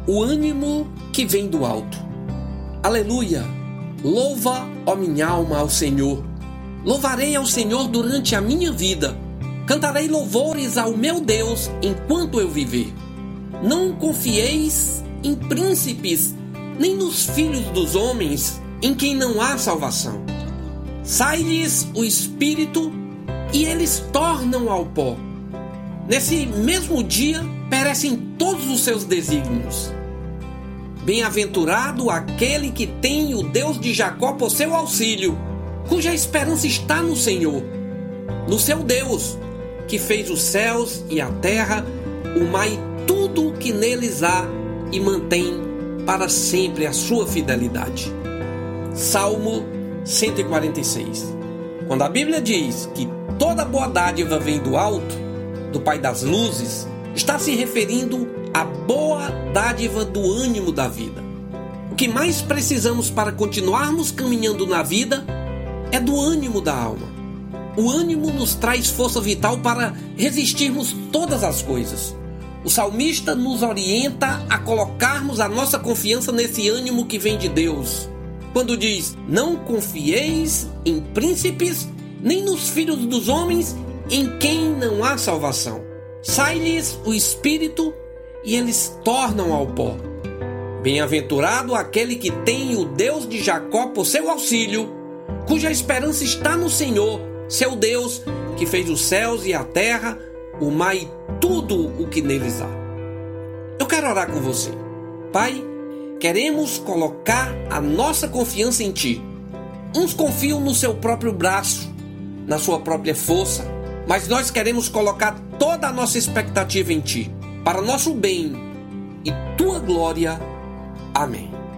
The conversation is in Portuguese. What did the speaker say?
o ânimo que vem do alto. Aleluia! Louva, ó minha alma, ao Senhor. Louvarei ao Senhor durante a minha vida. Cantarei louvores ao meu Deus enquanto eu viver. Não confieis em príncipes, nem nos filhos dos homens, em quem não há salvação. Sai-lhes o espírito e eles tornam ao pó. Nesse mesmo dia perecem todos os seus desígnios. Bem-aventurado aquele que tem o Deus de Jacó por seu auxílio, cuja esperança está no Senhor, no seu Deus, que fez os céus e a terra, o mar e tudo o que neles há, e mantém para sempre a sua fidelidade. Salmo 146. Quando a Bíblia diz que toda boa dádiva vem do alto, do Pai das luzes, está se referindo à boa dádiva do ânimo da vida. O que mais precisamos para continuarmos caminhando na vida é do ânimo da alma. O ânimo nos traz força vital para resistirmos todas as coisas. O salmista nos orienta a colocarmos a nossa confiança nesse ânimo que vem de Deus, quando diz: não confieis em príncipes, nem nos filhos dos homens, em quem não há salvação. Sai-lhes o espírito e eles tornam ao pó. Bem-aventurado aquele que tem o Deus de Jacó por seu auxílio, cuja esperança está no Senhor, seu Deus, que fez os céus e a terra, o mar e tudo o que neles há. Eu quero orar com você. Pai, queremos colocar a nossa confiança em Ti. Uns confiam no seu próprio braço, na sua própria força, mas nós queremos colocar toda a nossa expectativa em Ti, para nosso bem e Tua glória. Amém.